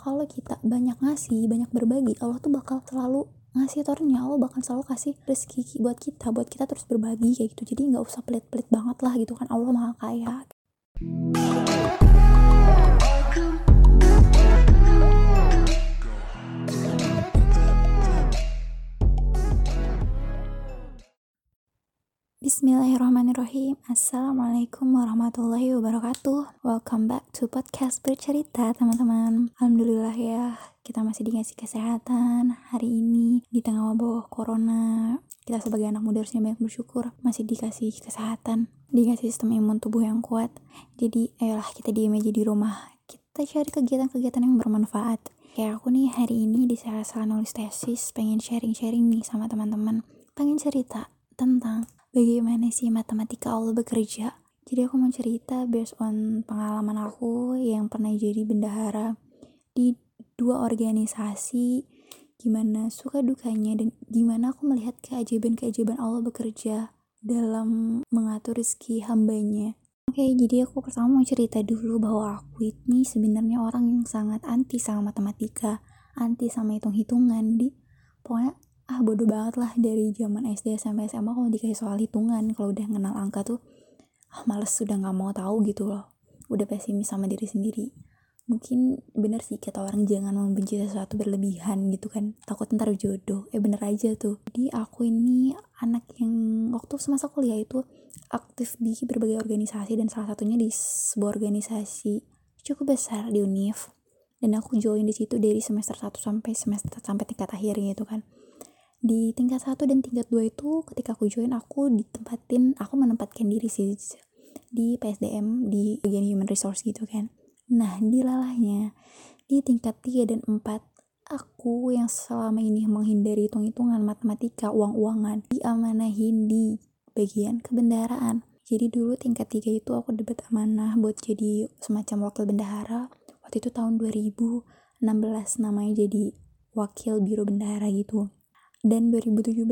kalau kita banyak ngasih, banyak berbagi, Allah tuh bakal selalu ngasih turunnya, Allah bakal selalu kasih rezeki buat kita terus berbagi kayak gitu. Jadi nggak usah pelit-pelit banget lah gitu kan, Allah maha kaya. Bismillahirrahmanirrahim. Assalamualaikum warahmatullahi wabarakatuh. Welcome back to podcast bercerita, teman-teman. Alhamdulillah ya, kita masih dikasih kesehatan hari ini di tengah wabah corona. Kita sebagai anak muda harusnya banyak bersyukur masih dikasih kesehatan, dikasih sistem imun tubuh yang kuat. Jadi ayolah kita diem aja di rumah, kita cari kegiatan-kegiatan yang bermanfaat. Kayak aku nih hari ini di sela-sela nulis tesis pengen sharing-sharing nih sama teman-teman, pengen cerita tentang bagaimana sih matematika Allah bekerja. Jadi aku mau cerita based on pengalaman aku yang pernah jadi bendahara di 2 organisasi, gimana suka dukanya dan gimana aku melihat keajaiban-keajaiban Allah bekerja dalam mengatur rezeki hambanya. Oke, jadi aku pertama mau cerita dulu bahwa aku ini sebenarnya orang yang sangat anti sama matematika, anti sama hitung-hitungan. Pokoknya bodoh banget lah dari zaman SD sampai SMA kalau dikasih soal hitungan. Kalau udah kenal angka tuh males, sudah gak mau tahu gitu loh, udah pesimis sama diri sendiri. Mungkin bener sih kata orang, jangan membenci sesuatu berlebihan gitu kan, takut ntar jodoh. Bener aja tuh. Jadi aku ini anak yang waktu semasa kuliah itu aktif di berbagai organisasi, dan salah satunya di sebuah organisasi cukup besar di Univ, dan aku join di situ dari semester 1 sampai tingkat akhir gitu kan. Di tingkat 1 dan tingkat 2 itu ketika aku join aku menempatkan diri sih di PSDM, di bagian human resource gitu kan. Nah, dilalahnya di tingkat 3 dan 4 aku yang selama ini menghindari hitung-hitungan, matematika, uang-uangan, diamanahin di bagian kebendaharaan. Jadi dulu tingkat 3 itu aku dapat amanah buat jadi semacam wakil bendahara. Waktu itu tahun 2016 namanya, jadi wakil biro bendahara gitu. Dan 2017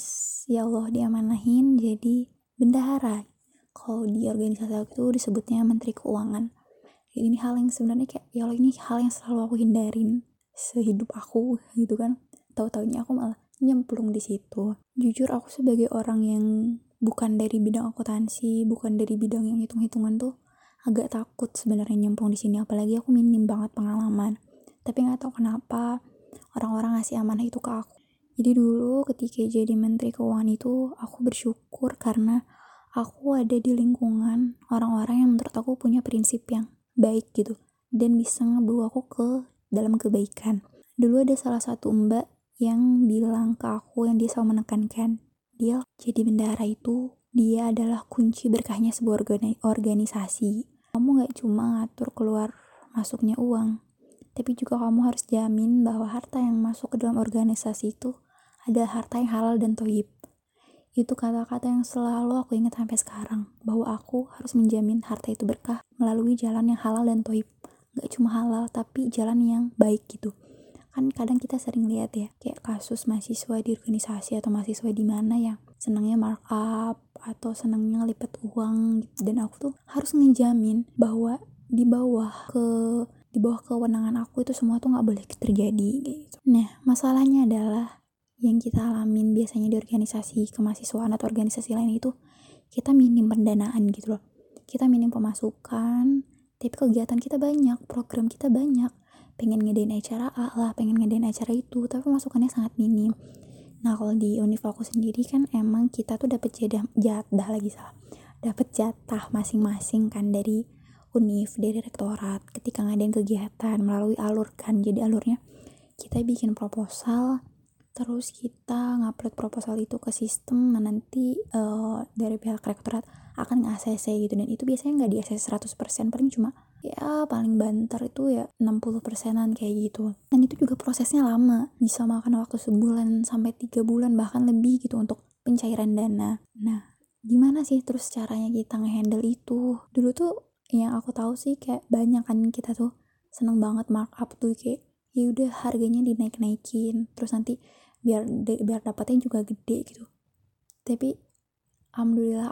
ya Allah diamanahin jadi bendahara. Kalau di organisasi aku itu disebutnya menteri keuangan. Ini hal yang sebenarnya kayak ya Allah, ini hal yang selalu aku hindarin sehidup aku gitu kan. Tahu-taunya aku malah nyemplung di situ. Jujur aku sebagai orang yang bukan dari bidang akuntansi, bukan dari bidang yang hitung-hitungan tuh agak takut sebenarnya nyemplung di sini, apalagi aku minim banget pengalaman. Tapi nggak tahu kenapa orang-orang ngasih amanah itu ke aku. Jadi dulu ketika jadi menteri keuangan itu aku bersyukur karena aku ada di lingkungan orang-orang yang menurut aku punya prinsip yang baik gitu dan bisa ngebawa aku ke dalam kebaikan. Dulu ada salah satu mbak yang bilang ke aku, yang dia selalu menekankan, dia jadi bendahara itu dia adalah kunci berkahnya sebuah organisasi. Kamu gak cuma ngatur keluar masuknya uang, tapi juga kamu harus jamin bahwa harta yang masuk ke dalam organisasi itu ada harta yang halal dan thayyib. Itu kata-kata yang selalu aku ingat sampai sekarang, bahwa aku harus menjamin harta itu berkah melalui jalan yang halal dan thayyib. Gak cuma halal, tapi jalan yang baik gitu. Kan kadang kita sering lihat ya, kayak kasus mahasiswa di organisasi atau mahasiswa di mana yang senangnya markup atau senangnya lipat uang gitu. Dan aku tuh harus ngejamin bahwa di bawah kewenangan aku itu semua tuh gak boleh terjadi gitu. Nah, masalahnya adalah yang kita alamin biasanya di organisasi kemahasiswaan atau organisasi lain itu kita minim pendanaan gitu loh. Kita minim pemasukan, tapi kegiatan kita banyak, program kita banyak. Pengen ngedain acara A lah, pengen ngedain acara itu, tapi pemasukannya sangat minim. Nah, kalau di univ aku sendiri kan emang kita tuh dapat jatah masing-masing kan dari univ, dari rektorat ketika ngadain kegiatan melalui alur kan. Jadi alurnya kita bikin proposal, terus kita ngupload proposal itu ke sistem. Nah, nanti dari pihak rektorat akan nge-ACC gitu, dan itu biasanya nggak di-ACC 100%, paling cuma ya paling banter itu ya 60%an kayak gitu. Dan itu juga prosesnya lama, bisa makan waktu sebulan sampai 3 bulan bahkan lebih gitu untuk pencairan dana. Nah, gimana sih terus caranya kita nge-handle itu? Dulu tuh yang aku tahu sih kayak banyak kan kita tuh seneng banget markup tuh, kayak ya udah harganya dinaik-naikin, terus nanti biar dapatnya juga gede gitu. Tapi alhamdulillah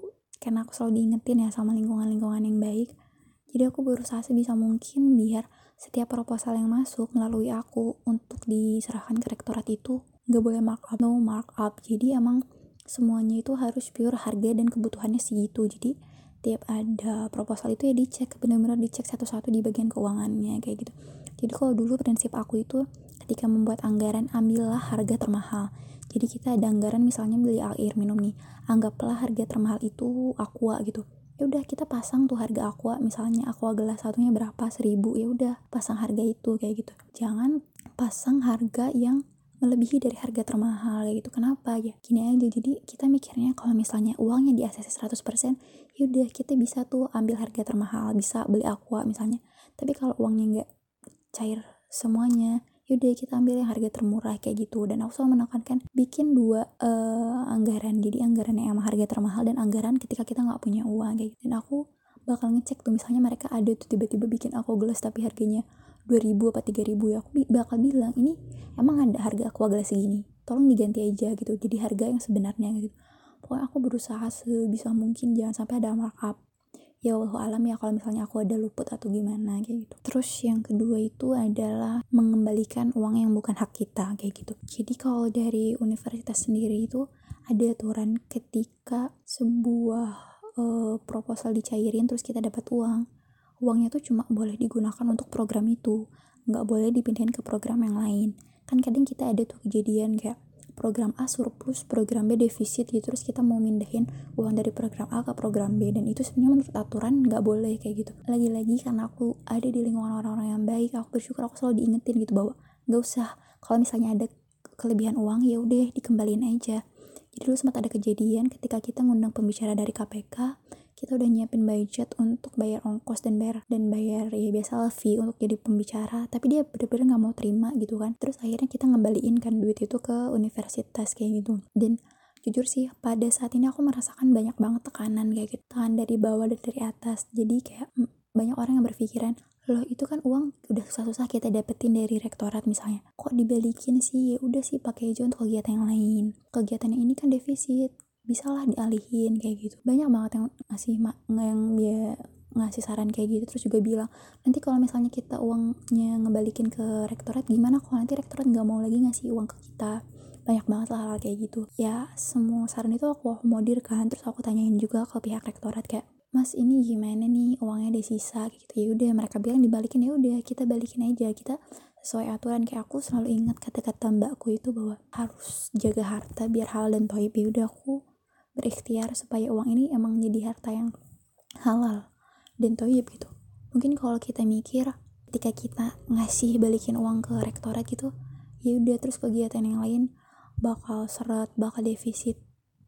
karena aku selalu diingetin ya sama lingkungan yang baik, jadi aku berusaha sebisa mungkin biar setiap proposal yang masuk melalui aku untuk diserahkan ke rektorat itu nggak boleh markup, no markup. Jadi emang semuanya itu harus pure harga dan kebutuhannya segitu. Jadi tiap ada proposal itu ya dicek, benar-benar dicek satu-satu di bagian keuangannya kayak gitu. Jadi kalau dulu prinsip aku itu ketika membuat anggaran, ambillah harga termahal. Jadi kita ada anggaran misalnya beli air minum nih, anggaplah harga termahal itu aqua gitu. Ya udah kita pasang tuh harga aqua, misalnya aqua gelas satunya berapa, 1.000, ya udah pasang harga itu kayak gitu. Jangan pasang harga yang melebihi dari harga termahal kayak gitu. Kenapa ya? Gini aja, jadi kita mikirnya kalau misalnya uangnya di ACC 100%, yaudah kita bisa tuh ambil harga termahal, bisa beli aqua misalnya. Tapi kalau uangnya nggak cair semuanya, yaudah kita ambil yang harga termurah kayak gitu. Dan aku selalu menekankan bikin dua anggaran, jadi anggaran yang emang harga termahal dan anggaran ketika kita nggak punya uang kayak gitu. Dan aku bakal ngecek tuh, misalnya mereka ada tuh tiba-tiba bikin aqua gelas tapi harganya 2.000 apa 3.000, ya aku bakal bilang ini emang ada harga aqua gelas segini, tolong diganti aja gitu, jadi harga yang sebenarnya gitu. Pokoknya aku berusaha sebisa mungkin jangan sampai ada markup. Ya wallahu alam ya kalau misalnya aku ada luput atau gimana kayak gitu. Terus yang kedua itu adalah mengembalikan uang yang bukan hak kita kayak gitu. Jadi kalau dari universitas sendiri itu ada aturan ketika sebuah proposal dicairin terus kita dapat uangnya tuh cuma boleh digunakan untuk program itu, nggak boleh dipindahin ke program yang lain. Kan kadang kita ada tuh kejadian kayak program A surplus, program B defisit gitu, terus kita mau mindahin uang dari program A ke program B, dan itu sebenarnya menurut aturan nggak boleh kayak gitu. Lagi-lagi karena aku ada di lingkungan orang-orang yang baik, aku bersyukur aku selalu diingetin gitu bahwa nggak usah, kalau misalnya ada kelebihan uang ya udah dikembaliin aja. Jadi dulu sempat ada kejadian ketika kita ngundang pembicara dari KPK, kita udah nyiapin budget untuk bayar ongkos dan bayar ya biasa fee untuk jadi pembicara, tapi dia bener-bener nggak mau terima gitu kan. Terus akhirnya kita ngembaliin kan duit itu ke universitas kayak gitu. Dan jujur sih pada saat ini aku merasakan banyak banget tekanan kayak gitu, tekanan dari bawah dan dari atas. Jadi kayak banyak orang yang berpikiran, loh itu kan uang udah susah-susah kita dapetin dari rektorat misalnya, kok dibalikin sih, ya udah sih pakai aja untuk kegiatan yang lain, kegiatan yang ini kan defisit, bisalah dialihin kayak gitu. Banyak banget yang ngasih saran kayak gitu. Terus juga bilang, nanti kalau misalnya kita uangnya ngebalikin ke rektorat gimana kalau nanti rektorat nggak mau lagi ngasih uang ke kita. Banyak banget lah hal kayak gitu ya. Semua saran itu aku akomodir kan. Terus aku tanyain juga ke pihak rektorat kayak, Mas ini gimana nih, uangnya ada sisa gitu. Ya udah mereka bilang dibalikin, ya udah kita balikin aja, kita sesuai aturan. Kayak aku selalu ingat kata-kata mbakku itu bahwa harus jaga harta biar halal dan thayyib. Ya udah aku berikhtiar supaya uang ini emang jadi harta yang halal dan thayyib gitu. Mungkin kalau kita mikir ketika kita ngasih balikin uang ke rektorat gitu, ya udah terus kegiatan yang lain bakal seret, bakal defisit.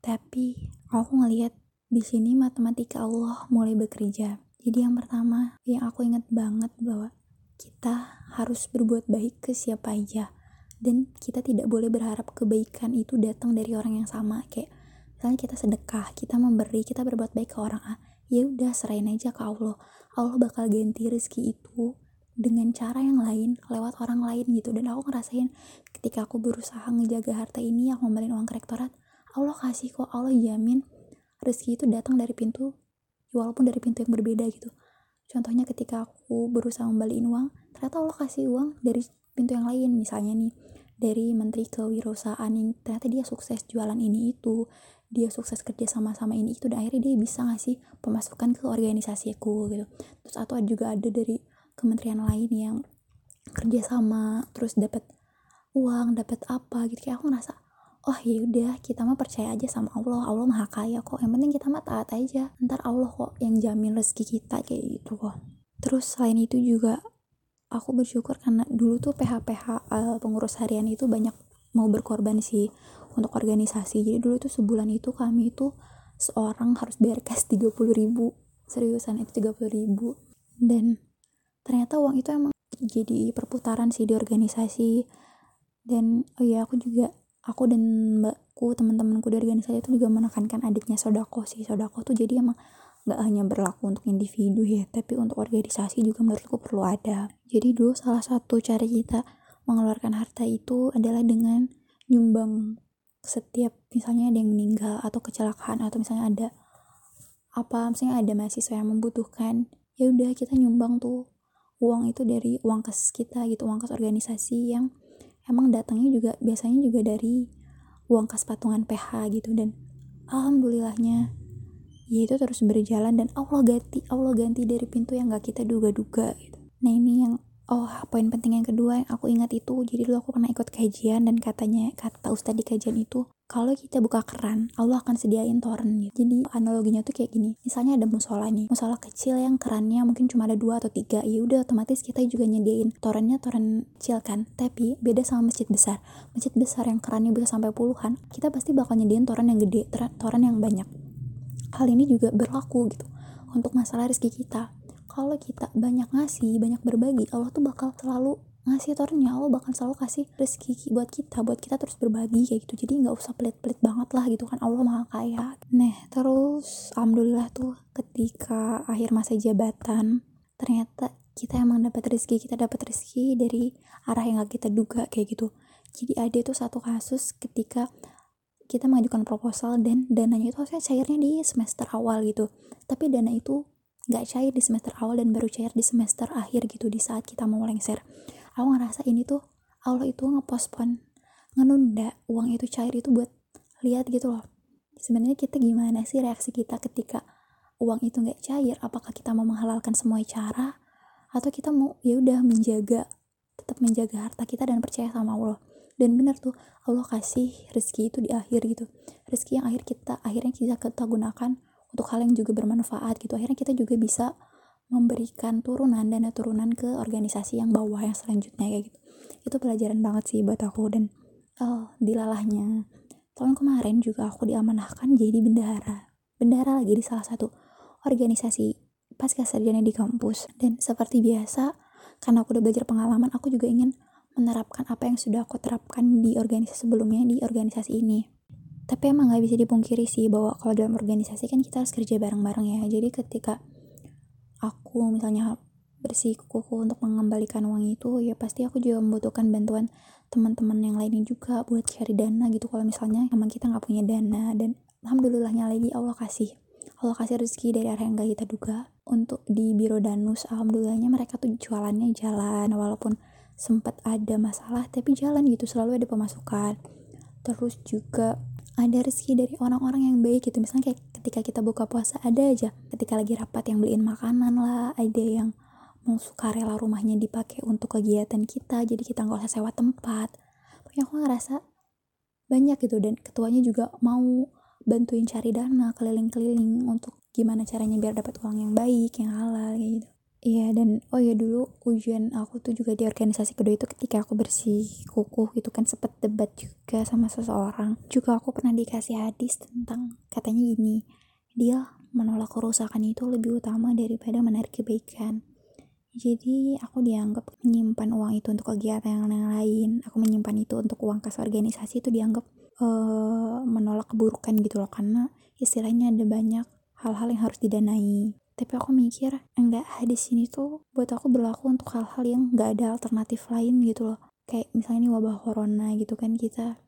Tapi aku ngelihat di sini matematika Allah mulai bekerja. Jadi yang pertama yang aku ingat banget bahwa kita harus berbuat baik ke siapa aja, dan kita tidak boleh berharap kebaikan itu datang dari orang yang sama. Kayak misalnya kita sedekah, kita memberi, kita berbuat baik ke orang A, ya udah serahin aja ke Allah. Allah bakal ganti rezeki itu dengan cara yang lain, lewat orang lain gitu. Dan aku ngerasain ketika aku berusaha ngejaga harta ini, aku ngembaliin uang ke rektorat, Allah kasih kok, Allah jamin rezeki itu datang dari pintu, walaupun dari pintu yang berbeda gitu. Contohnya ketika aku berusaha ngembaliin uang, ternyata Allah kasih uang dari pintu yang lain. Misalnya nih, dari menteri kewirausahaan yang ternyata dia sukses jualan ini itu, dia sukses kerja sama ini itu, dan akhirnya dia bisa ngasih pemasukan ke organisasiku gitu. Terus atau juga ada dari kementerian lain yang kerja sama terus dapat uang, dapat apa gitu. Kayak aku ngerasa, oh ya udah kita mah percaya aja sama Allah, Allah maha kaya kok, yang penting kita mah taat aja, ntar Allah kok yang jamin rezeki kita kayak gitu kok. Terus selain itu juga aku bersyukur karena dulu tuh pengurus harian itu banyak mau berkorban sih untuk organisasi. Jadi dulu tuh sebulan itu kami itu seorang harus bayar cash 30.000, seriusan itu 30.000. Dan ternyata uang itu emang jadi perputaran sih di organisasi. Dan oh ya aku dan mbakku, teman-temanku di organisasi itu juga menekankan adiknya sodako tuh. Jadi emang gak hanya berlaku untuk individu ya, tapi untuk organisasi juga menurutku perlu ada. Jadi dulu salah satu cara kita mengeluarkan harta itu adalah dengan nyumbang. Setiap misalnya ada yang meninggal atau kecelakaan, atau misalnya ada mahasiswa yang membutuhkan, ya udah kita nyumbang tuh uang itu dari uang kas kita gitu, uang kas organisasi yang emang datangnya juga biasanya juga dari uang kas patungan PH gitu. Dan alhamdulillahnya ya itu terus berjalan dan Allah ganti dari pintu yang gak kita duga-duga gitu. Nah ini yang poin penting yang kedua yang aku ingat itu, jadi dulu aku pernah ikut kajian dan kata ustadz di kajian itu, kalau kita buka keran Allah akan sediain toren gitu. Jadi analoginya tuh kayak gini, misalnya ada musola nih, musola kecil yang kerannya mungkin cuma ada 2 atau 3, ya udah otomatis kita juga nyediain torennya, toren kecil kan. Tapi beda sama masjid besar yang kerannya bisa sampai puluhan, kita pasti bakal nyediain toren yang gede, toren yang banyak. Hal ini juga berlaku gitu untuk masalah rezeki kita. Kalau kita banyak ngasih, banyak berbagi, Allah tuh bakal selalu ngasih torennya, Allah bakal selalu kasih rezeki buat kita terus berbagi kayak gitu. Jadi nggak usah pelit-pelit banget lah gitu kan, Allah maha kaya. Nah terus alhamdulillah tuh ketika akhir masa jabatan, ternyata kita emang dapat rezeki dari arah yang gak kita duga kayak gitu. Jadi ada tuh satu kasus ketika kita mengajukan proposal dan dananya itu harusnya cairnya di semester awal gitu, tapi dana itu nggak cair di semester awal dan baru cair di semester akhir gitu, di saat kita mau lengser. Aku ngerasa ini tuh Allah itu ngepospon, ngenunda uang itu cair itu buat lihat gitu loh, sebenarnya kita gimana sih reaksi kita ketika uang itu nggak cair. Apakah kita mau menghalalkan semua cara atau kita mau ya udah tetap menjaga harta kita dan percaya sama Allah. Dan benar tuh Allah kasih rezeki itu di akhir gitu, rezeki yang akhirnya kita gunakan untuk hal yang juga bermanfaat gitu. Akhirnya kita juga bisa memberikan dana turunan ke organisasi yang bawah yang selanjutnya kayak gitu. Itu pelajaran banget sih buat aku. Dan dilalahnya tahun kemarin juga aku diamanahkan jadi bendahara lagi di salah satu organisasi pasca sarjana di kampus. Dan seperti biasa, karena aku udah belajar pengalaman, aku juga ingin menerapkan apa yang sudah aku terapkan di organisasi sebelumnya di organisasi ini. Tapi emang gak bisa dipungkiri sih bahwa kalau dalam organisasi kan kita harus kerja bareng-bareng ya. Jadi ketika aku misalnya bersikukuh untuk mengembalikan uang itu, ya pasti aku juga membutuhkan bantuan teman-teman yang lainnya juga buat cari dana gitu kalau misalnya emang kita gak punya dana. Dan alhamdulillahnya lagi Allah kasih rezeki dari arah yang gak kita duga. Untuk di Biro Danus, alhamdulillahnya mereka tuh jualannya jalan, walaupun sempat ada masalah tapi jalan gitu, selalu ada pemasukan. Terus juga ada rezeki dari orang-orang yang baik gitu, misalnya kayak ketika kita buka puasa ada aja ketika lagi rapat yang beliin makanan lah, ada yang mau sukarela rumahnya dipakai untuk kegiatan kita jadi kita nggak usah sewa tempat. Pokoknya aku ngerasa banyak gitu. Dan ketuanya juga mau bantuin cari dana keliling-keliling untuk gimana caranya biar dapat uang yang baik, yang halal kayak gitu. Iya. Dan dulu ujian aku tuh juga di organisasi kedua itu ketika aku bersikukuh gitu kan, sempet debat juga sama seseorang. Juga aku pernah dikasih hadis tentang, katanya gini, dia menolak kerusakan itu lebih utama daripada menarik kebaikan. Jadi aku dianggap menyimpan uang itu untuk kegiatan yang lain, aku menyimpan itu untuk uang kas organisasi itu dianggap menolak keburukan gitu loh, karena istilahnya ada banyak hal-hal yang harus didanai. Tapi aku mikir enggak, hadis ini tuh buat aku berlaku untuk hal-hal yang enggak ada alternatif lain gitu loh. Kayak misalnya ini wabah corona gitu kan, kita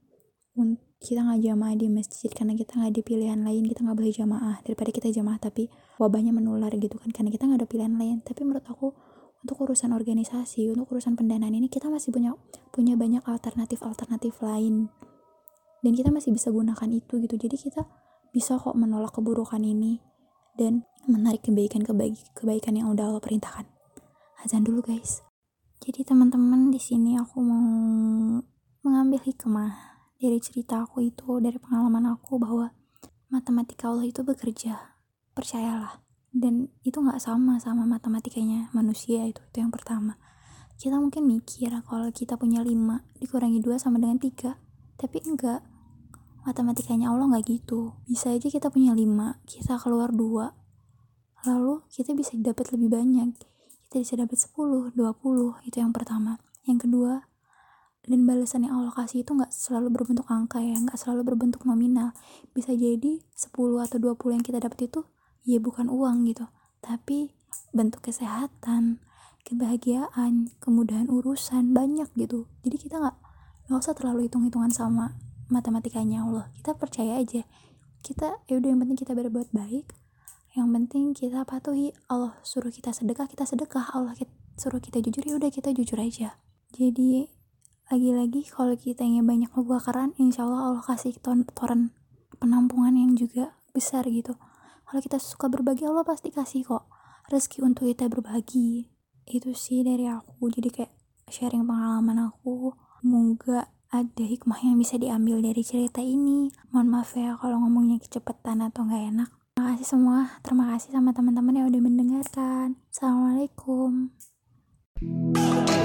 nggak jamaah di masjid karena kita nggak ada pilihan lain, kita nggak boleh jamaah daripada kita jamaah tapi wabahnya menular gitu kan, karena kita nggak ada pilihan lain. Tapi menurut aku untuk urusan organisasi, untuk urusan pendanaan ini kita masih punya banyak alternatif lain dan kita masih bisa gunakan itu gitu. Jadi kita bisa kok menolak keburukan ini dan menarik kebaikan yang udah Allah perintahkan. Azan dulu guys. Jadi teman-teman, di sini aku mau mengambil hikmah dari cerita aku itu, dari pengalaman aku, bahwa matematika Allah itu bekerja, percayalah. Dan itu nggak sama matematikanya manusia itu yang pertama. Kita mungkin mikir kalau kita punya 5 dikurangi 2 sama dengan 3, tapi enggak, matematikanya Allah nggak gitu. Bisa aja kita punya 5, kita keluar 2, lalu kita bisa dapat lebih banyak, kita bisa dapat 10, 20. Itu yang pertama. Yang kedua, dan balasan yang Allah kasih itu gak selalu berbentuk angka ya, gak selalu berbentuk nominal. Bisa jadi 10 atau 20 yang kita dapat itu ya bukan uang gitu, tapi bentuk kesehatan, kebahagiaan, kemudahan urusan, banyak gitu. Jadi kita gak usah terlalu hitung-hitungan sama matematikanya Allah. Kita percaya aja, kita yaudah yang penting kita berbuat baik, yang penting kita patuhi Allah suruh kita sedekah, Allah suruh kita jujur, ya udah kita jujur aja. Jadi lagi-lagi kalau kita ingin banyak membuka keran, insya Allah kasih toren penampungan yang juga besar gitu. Kalau kita suka berbagi, Allah pasti kasih kok rezeki untuk kita berbagi. Itu sih dari aku, jadi kayak sharing pengalaman aku. Semoga ada hikmah yang bisa diambil dari cerita ini. Mohon maaf ya kalau ngomongnya kecepatan atau gak enak. Terima kasih semua, terima kasih sama teman-teman yang udah mendengarkan. Assalamualaikum.